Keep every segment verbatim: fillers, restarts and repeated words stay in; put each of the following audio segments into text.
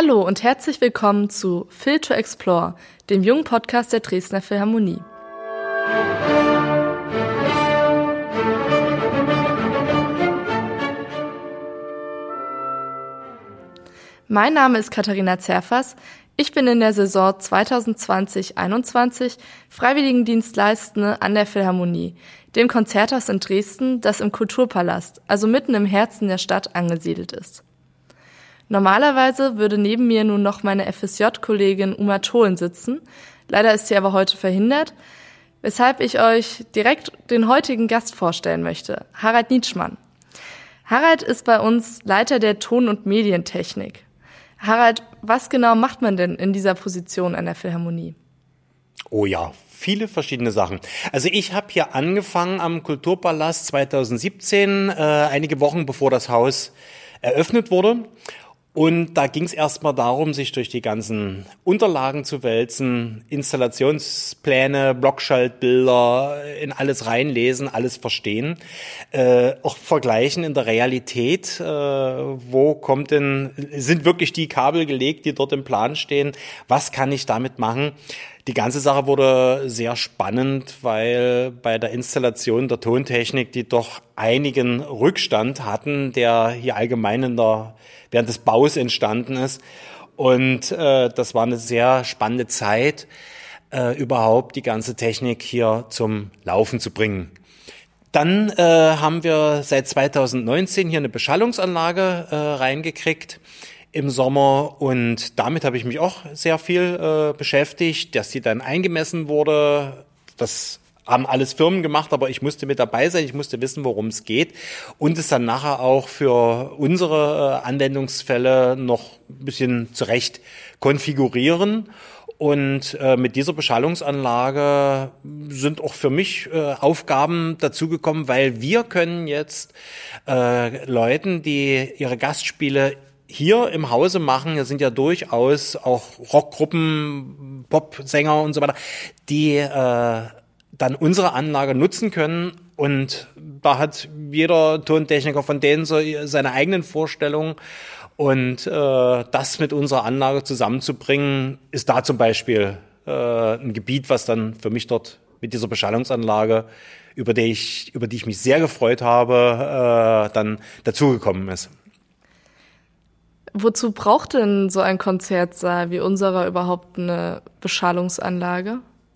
Hallo und herzlich willkommen zu Phil to Explore, dem jungen Podcast der Dresdner Philharmonie. Mein Name ist Katharina Zerfas. Ich bin in der Saison zwanzig zwanzig einundzwanzig Freiwilligendienstleistende an der Philharmonie, dem Konzerthaus in Dresden, das im Kulturpalast, also mitten im Herzen der Stadt, angesiedelt ist. Normalerweise würde neben mir nun noch meine F S J-Kollegin Uma Tholen sitzen. Leider ist sie aber heute verhindert, weshalb ich euch direkt den heutigen Gast vorstellen möchte, Harald Nitschmann. Harald ist bei uns Leiter der Ton- und Medientechnik. Harald, was genau macht man denn in dieser Position an der Philharmonie? Oh ja, viele verschiedene Sachen. Also ich habe hier angefangen am Kulturpalast zwanzig siebzehn, äh, einige Wochen bevor das Haus eröffnet wurde. Und da ging es erstmal darum, sich durch die ganzen Unterlagen zu wälzen, Installationspläne, Blockschaltbilder, in alles reinlesen, alles verstehen, äh, auch vergleichen in der Realität, äh, wo kommt denn, sind wirklich die Kabel gelegt, die dort im Plan stehen, was kann ich damit machen? Die ganze Sache wurde sehr spannend, weil bei der Installation der Tontechnik, die doch einigen Rückstand hatten, der hier allgemein in der während des Baus entstanden ist. Und äh, das war eine sehr spannende Zeit, äh, überhaupt die ganze Technik hier zum Laufen zu bringen. Dann äh, haben wir seit zwanzig neunzehn hier eine Beschallungsanlage äh, reingekriegt im Sommer und damit habe ich mich auch sehr viel äh, beschäftigt, dass die dann eingemessen wurde. Das haben alles Firmen gemacht, aber ich musste mit dabei sein, ich musste wissen, worum es geht und es dann nachher auch für unsere äh, Anwendungsfälle noch ein bisschen zurecht konfigurieren. Und äh, mit dieser Beschallungsanlage sind auch für mich äh, Aufgaben dazugekommen, weil wir können jetzt äh, Leuten, die ihre Gastspiele hier im Hause machen, hier sind ja durchaus auch Rockgruppen, Popsänger und so weiter, die äh, dann unsere Anlage nutzen können und da hat jeder Tontechniker von denen so seine eigenen Vorstellungen und äh, das mit unserer Anlage zusammenzubringen, ist da zum Beispiel äh, ein Gebiet, was dann für mich dort mit dieser Beschallungsanlage, über die ich, über die ich mich sehr gefreut habe, äh, dann dazugekommen ist. Wozu braucht denn so ein Konzertsaal wie unserer überhaupt eine Beschallungsanlage?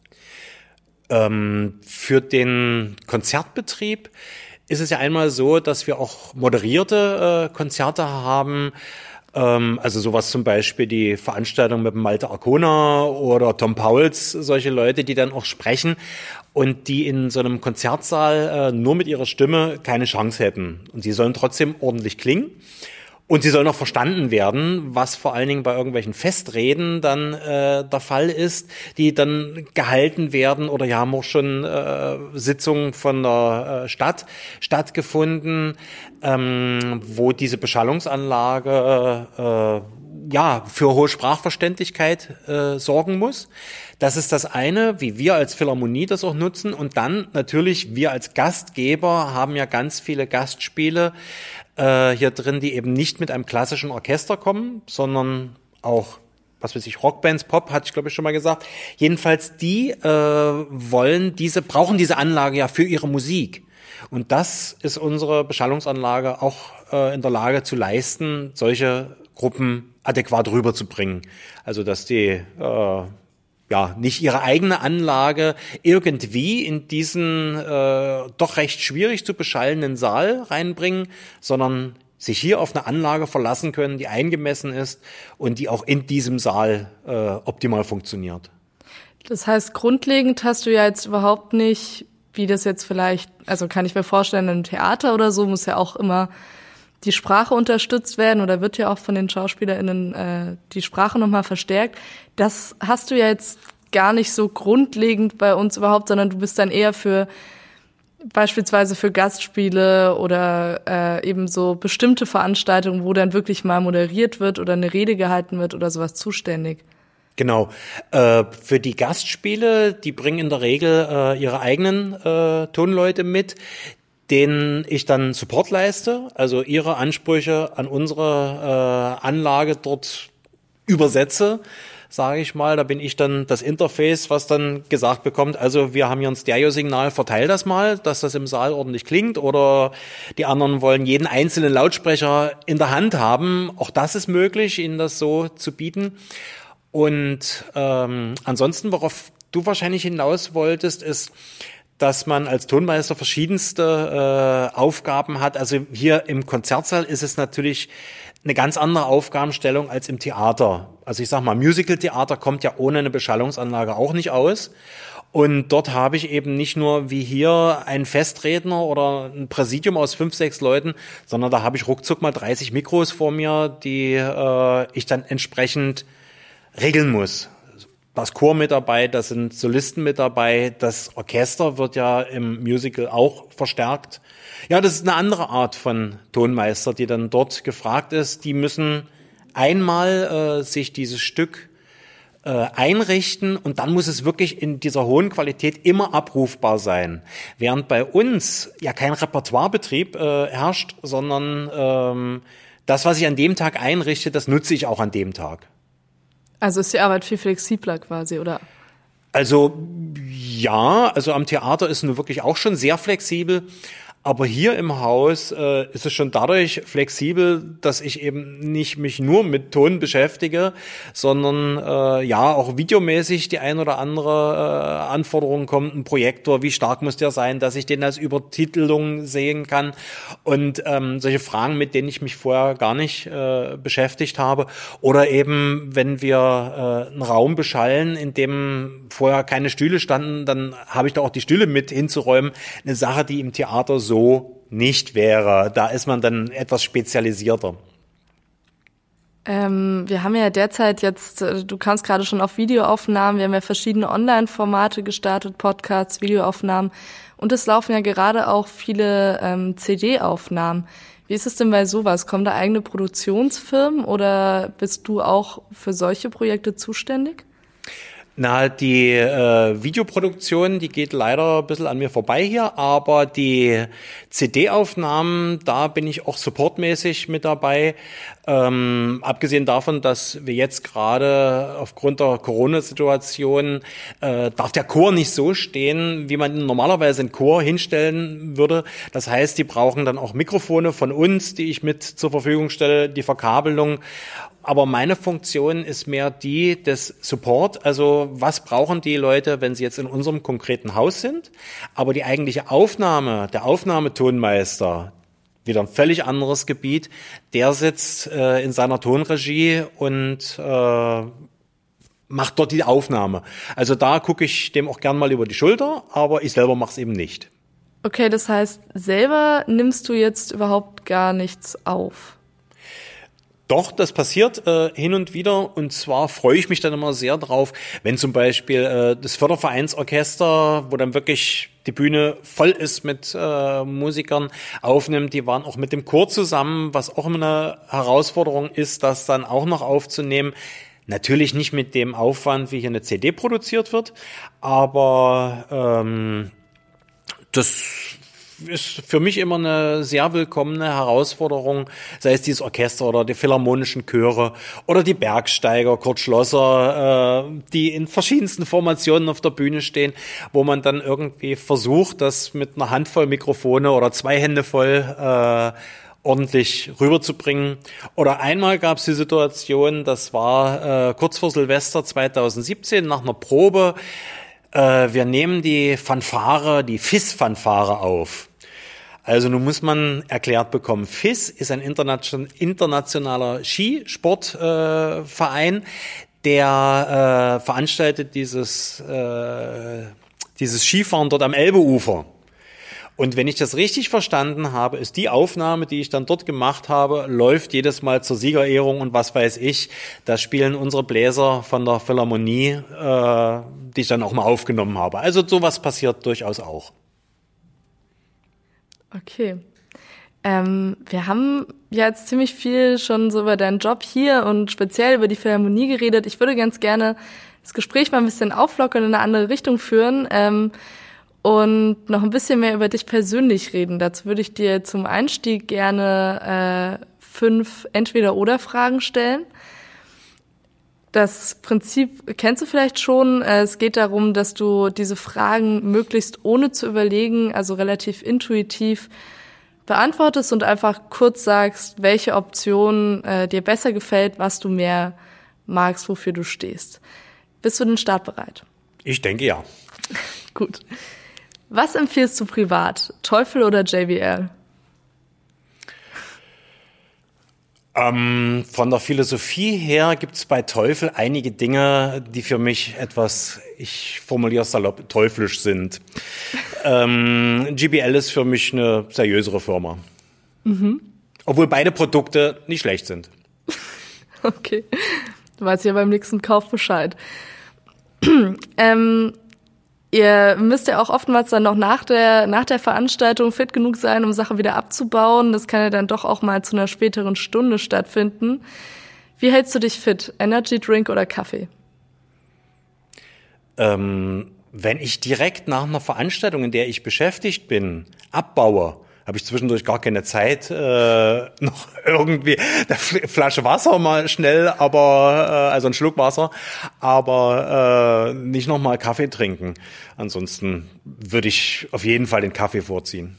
Ähm, für den Konzertbetrieb ist es ja einmal so, dass wir auch moderierte äh, Konzerte haben, ähm, also sowas zum Beispiel die Veranstaltung mit Malte Arcona oder Tom Pauls, solche Leute, die dann auch sprechen und die in so einem Konzertsaal äh, nur mit ihrer Stimme keine Chance hätten. Und sie sollen trotzdem ordentlich klingen. Und sie sollen auch verstanden werden, was vor allen Dingen bei irgendwelchen Festreden dann äh, der Fall ist, die dann gehalten werden. Oder wir haben auch schon äh, Sitzungen von der äh, Stadt stattgefunden, ähm, wo diese Beschallungsanlage äh, ja für hohe Sprachverständlichkeit äh, sorgen muss. Das ist das eine, wie wir als Philharmonie das auch nutzen. Und dann natürlich, wir als Gastgeber haben ja ganz viele Gastspiele äh, hier drin, die eben nicht mit einem klassischen Orchester kommen, sondern auch, was weiß ich, Rockbands, Pop, hatte ich glaube ich schon mal gesagt. Jedenfalls, die äh, wollen diese, brauchen diese Anlage ja für ihre Musik. Und das ist unsere Beschallungsanlage auch äh, in der Lage zu leisten, solche Gruppen adäquat rüberzubringen. Also, dass die äh, ja nicht ihre eigene Anlage irgendwie in diesen äh, doch recht schwierig zu beschallenden Saal reinbringen, sondern sich hier auf eine Anlage verlassen können, die eingemessen ist und die auch in diesem Saal äh, optimal funktioniert. Das heißt, grundlegend hast du ja jetzt überhaupt nicht, wie das jetzt vielleicht, also kann ich mir vorstellen, im Theater oder so muss ja auch immer die Sprache unterstützt werden oder wird ja auch von den SchauspielerInnen äh, die Sprache nochmal verstärkt. Das hast du ja jetzt gar nicht so grundlegend bei uns überhaupt, sondern du bist dann eher für beispielsweise für Gastspiele oder äh, eben so bestimmte Veranstaltungen, wo dann wirklich mal moderiert wird oder eine Rede gehalten wird oder sowas zuständig. Genau. Äh, für die Gastspiele, die bringen in der Regel äh, ihre eigenen äh, Tonleute mit, denen ich dann Support leiste, also ihre Ansprüche an unsere äh, Anlage dort übersetze, sage ich mal. Da bin ich dann das Interface, was dann gesagt bekommt, also wir haben hier ein Stereosignal, verteil das mal, dass das im Saal ordentlich klingt, oder die anderen wollen jeden einzelnen Lautsprecher in der Hand haben. Auch das ist möglich, ihnen das so zu bieten. Und ähm, ansonsten, worauf du wahrscheinlich hinaus wolltest, ist, dass man als Tonmeister verschiedenste äh, Aufgaben hat. Also hier im Konzertsaal ist es natürlich eine ganz andere Aufgabenstellung als im Theater. Also ich sag mal, Musical-Theater kommt ja ohne eine Beschallungsanlage auch nicht aus. Und dort habe ich eben nicht nur wie hier einen Festredner oder ein Präsidium aus fünf, sechs Leuten, sondern da habe ich ruckzuck mal dreißig Mikros vor mir, die äh, ich dann entsprechend regeln muss. Da ist Chor mit dabei, da sind Solisten mit dabei, das Orchester wird ja im Musical auch verstärkt. Ja, das ist eine andere Art von Tonmeister, die dann dort gefragt ist. Die müssen einmal äh, sich dieses Stück äh, einrichten und dann muss es wirklich in dieser hohen Qualität immer abrufbar sein. Während bei uns ja kein Repertoirebetrieb äh, herrscht, sondern ähm, das, was ich an dem Tag einrichte, das nutze ich auch an dem Tag. Also ist die Arbeit viel flexibler quasi, oder? Also ja, also am Theater ist nun wirklich auch schon sehr flexibel. Aber hier im Haus äh, ist es schon dadurch flexibel, dass ich eben nicht mich nur mit Ton beschäftige, sondern äh, ja auch videomäßig die ein oder andere äh, Anforderung kommt. Ein Projektor, wie stark muss der sein, dass ich den als Übertitelung sehen kann, und ähm, solche Fragen, mit denen ich mich vorher gar nicht äh, beschäftigt habe. Oder eben, wenn wir äh, einen Raum beschallen, in dem vorher keine Stühle standen, dann habe ich da auch die Stühle mit hinzuräumen. Eine Sache, die im Theater so so nicht wäre. Da ist man dann etwas spezialisierter. Ähm, wir haben ja derzeit jetzt, du kamst gerade schon auf Videoaufnahmen, wir haben ja verschiedene Online-Formate gestartet, Podcasts, Videoaufnahmen, und es laufen ja gerade auch viele ähm, C D-Aufnahmen. Wie ist es denn bei sowas? Kommen da eigene Produktionsfirmen oder bist du auch für solche Projekte zuständig? Na, die äh, Videoproduktion, die geht leider ein bisschen an mir vorbei hier, aber die C D-Aufnahmen, da bin ich auch supportmäßig mit dabei. Ähm, abgesehen davon, dass wir jetzt gerade aufgrund der Corona-Situation äh, darf der Chor nicht so stehen, wie man normalerweise einen Chor hinstellen würde. Das heißt, die brauchen dann auch Mikrofone von uns, die ich mit zur Verfügung stelle, die Verkabelung. Aber meine Funktion ist mehr die des Support. Also was brauchen die Leute, wenn sie jetzt in unserem konkreten Haus sind? Aber die eigentliche Aufnahme, der Aufnahmetonmeister, wieder ein völlig anderes Gebiet, der sitzt äh, in seiner Tonregie und äh, macht dort die Aufnahme. Also da gucke ich dem auch gern mal über die Schulter, aber ich selber mache es eben nicht. Okay, das heißt, selber nimmst du jetzt überhaupt gar nichts auf? Doch, das passiert äh, hin und wieder, und zwar freue ich mich dann immer sehr drauf, wenn zum Beispiel äh, das Fördervereinsorchester, wo dann wirklich die Bühne voll ist mit äh, Musikern, aufnimmt. Die waren auch mit dem Chor zusammen, was auch immer eine Herausforderung ist, das dann auch noch aufzunehmen. Natürlich nicht mit dem Aufwand, wie hier eine C D produziert wird, aber ähm, das ist für mich immer eine sehr willkommene Herausforderung, sei es dieses Orchester oder die philharmonischen Chöre oder die Bergsteiger, Kurt Schlosser, äh, die in verschiedensten Formationen auf der Bühne stehen, wo man dann irgendwie versucht, das mit einer Handvoll Mikrofone oder zwei Hände voll äh, ordentlich rüberzubringen. Oder einmal gab es die Situation, das war äh, kurz vor Silvester zweitausendsiebzehn, nach einer Probe. Wir nehmen die Fanfare, die F I S-Fanfare auf. Also nun muss man erklärt bekommen, F I S ist ein internation- internationaler Skisportverein, äh, der äh, veranstaltet dieses, äh, dieses Skifahren dort am Elbeufer. Und wenn ich das richtig verstanden habe, ist die Aufnahme, die ich dann dort gemacht habe, läuft jedes Mal zur Siegerehrung und was weiß ich. Da spielen unsere Bläser von der Philharmonie, äh, die ich dann auch mal aufgenommen habe. Also sowas passiert durchaus auch. Okay. Ähm, wir haben ja jetzt ziemlich viel schon so über deinen Job hier und speziell über die Philharmonie geredet. Ich würde ganz gerne das Gespräch mal ein bisschen auflockern und in eine andere Richtung führen. Ähm, Und noch ein bisschen mehr über dich persönlich reden. Dazu würde ich dir zum Einstieg gerne äh, fünf Entweder-oder-Fragen stellen. Das Prinzip kennst du vielleicht schon. Es geht darum, dass du diese Fragen möglichst ohne zu überlegen, also relativ intuitiv beantwortest und einfach kurz sagst, welche Option äh, dir besser gefällt, was du mehr magst, wofür du stehst. Bist du denn startbereit? Ich denke ja. Gut. Was empfiehlst du privat? Teufel oder J B L? Ähm, von der Philosophie her gibt es bei Teufel einige Dinge, die für mich etwas, ich formuliere es salopp, teuflisch sind. ähm, J B L ist für mich eine seriösere Firma. Mhm. Obwohl beide Produkte nicht schlecht sind. Okay, du weißt ja beim nächsten Kauf Bescheid. ähm, Ihr müsst ja auch oftmals dann noch nach der, nach der Veranstaltung fit genug sein, um Sachen wieder abzubauen. Das kann ja dann doch auch mal zu einer späteren Stunde stattfinden. Wie hältst du dich fit? Energy Drink oder Kaffee? Ähm, wenn ich direkt nach einer Veranstaltung, in der ich beschäftigt bin, abbaue, habe ich zwischendurch gar keine Zeit, äh, noch irgendwie eine Flasche Wasser mal schnell, aber äh, also ein Schluck Wasser, aber äh, nicht noch mal Kaffee trinken. Ansonsten würde ich auf jeden Fall den Kaffee vorziehen.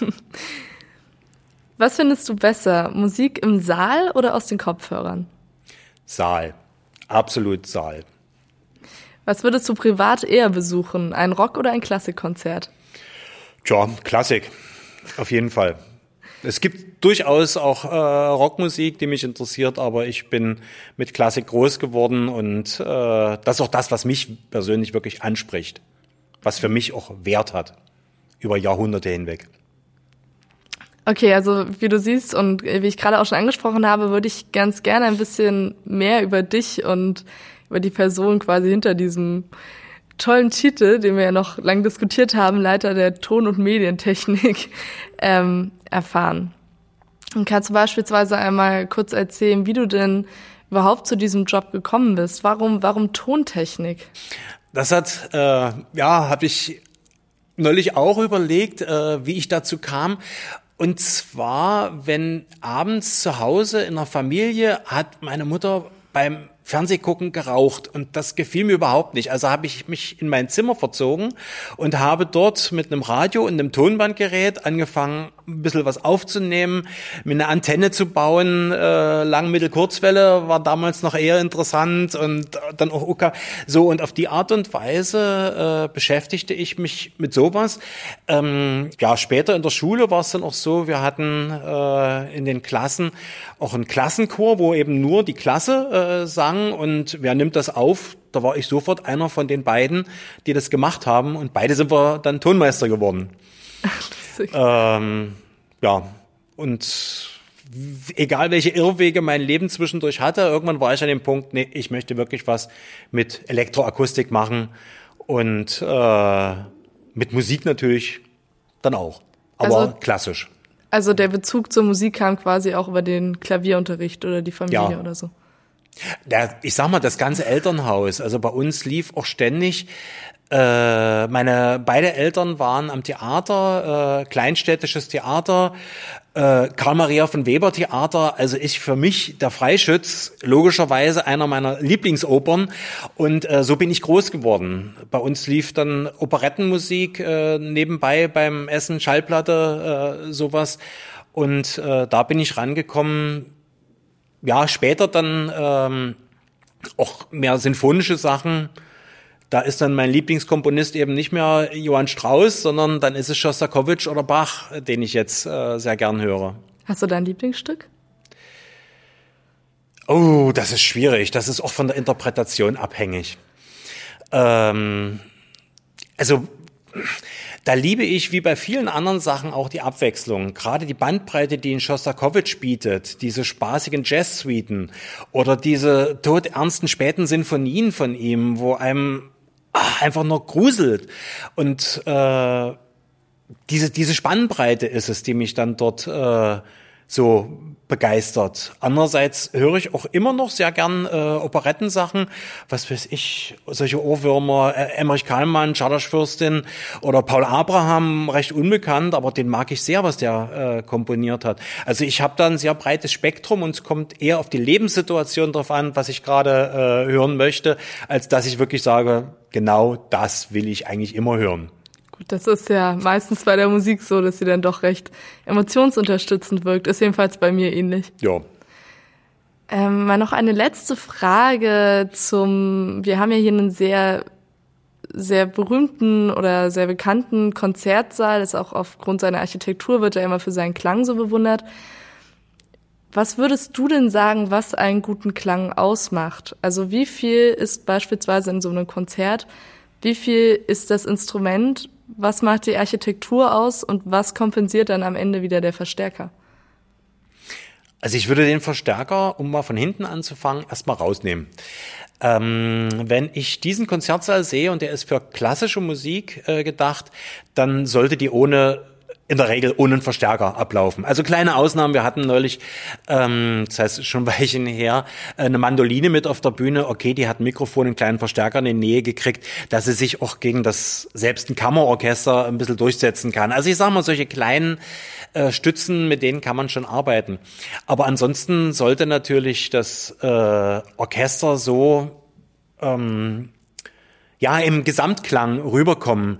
Was findest du besser, Musik im Saal oder aus den Kopfhörern? Saal, absolut Saal. Was würdest du privat eher besuchen, ein Rock- oder ein Klassikkonzert? Tja, Klassik. Auf jeden Fall. Es gibt durchaus auch äh, Rockmusik, die mich interessiert, aber ich bin mit Klassik groß geworden und äh, das ist auch das, was mich persönlich wirklich anspricht, was für mich auch Wert hat über Jahrhunderte hinweg. Okay, also wie du siehst und wie ich gerade auch schon angesprochen habe, würde ich ganz gerne ein bisschen mehr über dich und über die Person quasi hinter diesem tollen Titel, den wir ja noch lange diskutiert haben, Leiter der Ton- und Medientechnik, ähm, erfahren. Und kannst du beispielsweise einmal kurz erzählen, wie du denn überhaupt zu diesem Job gekommen bist? Warum, warum Tontechnik? Das hat, äh, ja, habe ich neulich auch überlegt, äh, wie ich dazu kam. Und zwar, wenn abends zu Hause in der Familie hat meine Mutter beim Fernsehgucken geraucht und das gefiel mir überhaupt nicht. Also habe ich mich in mein Zimmer verzogen und habe dort mit einem Radio und einem Tonbandgerät angefangen, ein bisschen was aufzunehmen, mir eine Antenne zu bauen. Äh, Lang-, Mittel-, Kurzwelle war damals noch eher interessant und dann auch U K. So, und auf die Art und Weise äh, beschäftigte ich mich mit sowas. Ähm, ja, später in der Schule war es dann auch so, wir hatten äh, in den Klassen auch einen Klassenchor, wo eben nur die Klasse äh, sang. Und wer nimmt das auf? Da war ich sofort einer von den beiden, die das gemacht haben. Und beide sind wir dann Tonmeister geworden. ähm, ja, und egal welche Irrwege mein Leben zwischendurch hatte, irgendwann war ich an dem Punkt, nee, ich möchte wirklich was mit Elektroakustik machen und äh, mit Musik natürlich dann auch, aber also, klassisch. Also der Bezug zur Musik kam quasi auch über den Klavierunterricht oder die Familie ja. oder so? Ja, ich sag mal, das ganze Elternhaus, also bei uns lief auch ständig, äh, meine beide Eltern waren am Theater, äh, kleinstädtisches Theater, äh, Karl Maria von Weber Theater, also ich für mich der Freischütz, logischerweise einer meiner Lieblingsopern und äh, so bin ich groß geworden. Bei uns lief dann Operettenmusik äh, nebenbei beim Essen, Schallplatte, äh, sowas und äh, da bin ich rangekommen. Ja, später dann ähm, auch mehr sinfonische Sachen. Da ist dann mein Lieblingskomponist eben nicht mehr Johann Strauss, sondern dann ist es Schostakowitsch oder Bach, den ich jetzt äh, sehr gern höre. Hast du dein Lieblingsstück? Oh, das ist schwierig. Das ist auch von der Interpretation abhängig. Ähm, also da liebe ich, wie bei vielen anderen Sachen, auch die Abwechslung. Gerade die Bandbreite, die in Schostakowitsch bietet, diese spaßigen Jazz-Suiten oder diese todernsten späten Sinfonien von ihm, wo einem ach, einfach nur gruselt. Und äh, diese diese Spannbreite ist es, die mich dann dort äh, so begeistert. Andererseits höre ich auch immer noch sehr gern äh, Operettensachen, was weiß ich, solche Ohrwürmer, äh, Emmerich Kallmann, Schadderschfürstin oder Paul Abraham, recht unbekannt, aber den mag ich sehr, was der äh, komponiert hat. Also ich habe da ein sehr breites Spektrum und es kommt eher auf die Lebenssituation drauf an, was ich gerade äh, hören möchte, als dass ich wirklich sage, genau das will ich eigentlich immer hören. Gut, das ist ja meistens bei der Musik so, dass sie dann doch recht emotionsunterstützend wirkt. Ist jedenfalls bei mir ähnlich. Ja. Ähm, mal noch eine letzte Frage zum, wir haben ja hier einen sehr, sehr berühmten oder sehr bekannten Konzertsaal, das auch aufgrund seiner Architektur wird ja immer für seinen Klang so bewundert. Was würdest du denn sagen, was einen guten Klang ausmacht? Also wie viel ist beispielsweise in so einem Konzert, wie viel ist das Instrument? Was macht die Architektur aus und was kompensiert dann am Ende wieder der Verstärker? Also ich würde den Verstärker, um mal von hinten anzufangen, erstmal rausnehmen. Ähm, wenn ich diesen Konzertsaal sehe und der ist für klassische Musik äh, gedacht, dann sollte die ohne in der Regel ohne einen Verstärker ablaufen. Also kleine Ausnahmen, wir hatten neulich, ähm, das heißt schon Weichen her, eine Mandoline mit auf der Bühne, okay, die hat ein Mikrofon, einen kleinen Verstärker in die Nähe gekriegt, dass sie sich auch gegen das, selbst ein Kammerorchester ein bisschen durchsetzen kann. Also ich sage mal, solche kleinen äh, Stützen, mit denen kann man schon arbeiten. Aber ansonsten sollte natürlich das äh, Orchester so ähm, ja im Gesamtklang rüberkommen.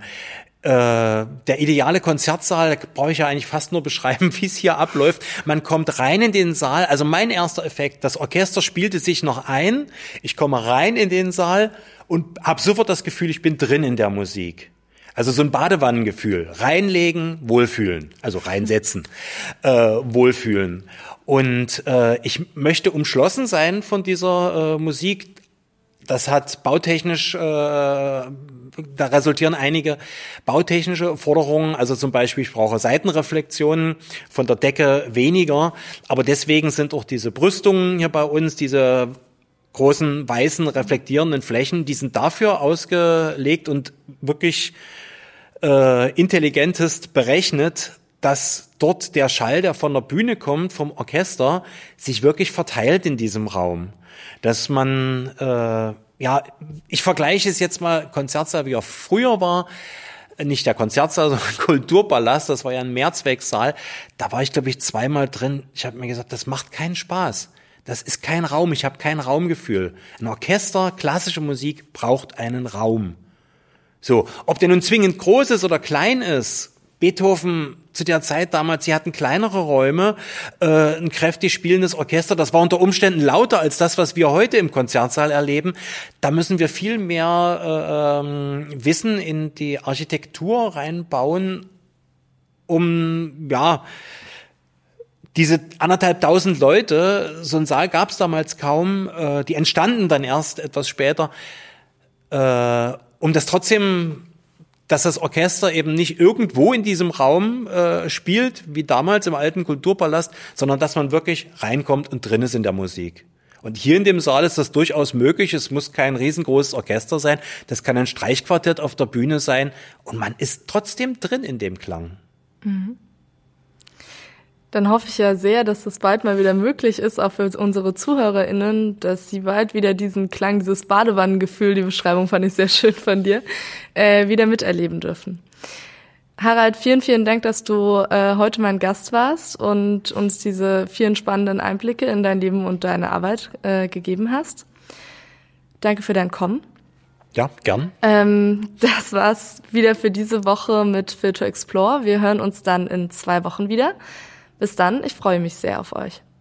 Der ideale Konzertsaal, da brauche ich ja eigentlich fast nur beschreiben, wie es hier abläuft. Man kommt rein in den Saal, also mein erster Effekt, das Orchester spielte sich noch ein, ich komme rein in den Saal und habe sofort das Gefühl, ich bin drin in der Musik. Also so ein Badewannengefühl, reinlegen, wohlfühlen, also reinsetzen, äh, wohlfühlen. Und äh, ich möchte umschlossen sein von dieser äh, Musik. Das hat bautechnisch, äh, da resultieren einige bautechnische Forderungen. Also zum Beispiel, ich brauche Seitenreflexionen, von der Decke weniger. Aber deswegen sind auch diese Brüstungen hier bei uns, diese großen, weißen, reflektierenden Flächen, die sind dafür ausgelegt und wirklich äh, intelligentest berechnet, dass dort der Schall, der von der Bühne kommt, vom Orchester, sich wirklich verteilt in diesem Raum. Dass man, äh, ja, ich vergleiche es jetzt mal, Konzertsaal, wie er früher war, nicht der Konzertsaal, sondern Kulturpalast, das war ja ein Mehrzwecksaal, da war ich, glaube ich, zweimal drin. Ich habe mir gesagt, das macht keinen Spaß. Das ist kein Raum, ich habe kein Raumgefühl. Ein Orchester, klassische Musik braucht einen Raum. So, ob der nun zwingend groß ist oder klein ist, Beethoven zu der Zeit damals, sie hatten kleinere Räume, äh, ein kräftig spielendes Orchester, das war unter Umständen lauter als das, was wir heute im Konzertsaal erleben. Da müssen wir viel mehr äh, ähm, Wissen in die Architektur reinbauen, um, ja, diese anderthalbtausend Leute, so ein Saal gab es damals kaum, äh, die entstanden dann erst etwas später, äh, um das trotzdem, dass das Orchester eben nicht irgendwo in diesem Raum äh, spielt, wie damals im alten Kulturpalast, sondern dass man wirklich reinkommt und drin ist in der Musik. Und hier in dem Saal ist das durchaus möglich. Es muss kein riesengroßes Orchester sein. Das kann ein Streichquartett auf der Bühne sein. Und man ist trotzdem drin in dem Klang. Mhm. Dann hoffe ich ja sehr, dass das bald mal wieder möglich ist, auch für unsere ZuhörerInnen, dass sie bald wieder diesen Klang, dieses Badewannengefühl, die Beschreibung fand ich sehr schön von dir, äh, wieder miterleben dürfen. Harald, vielen, vielen Dank, dass du äh, heute mein Gast warst und uns diese vielen spannenden Einblicke in dein Leben und deine Arbeit äh, gegeben hast. Danke für dein Kommen. Ja, gern. Ähm, das war's wieder für diese Woche mit Filter Explore. Wir hören uns dann in zwei Wochen wieder. Bis dann, ich freue mich sehr auf euch.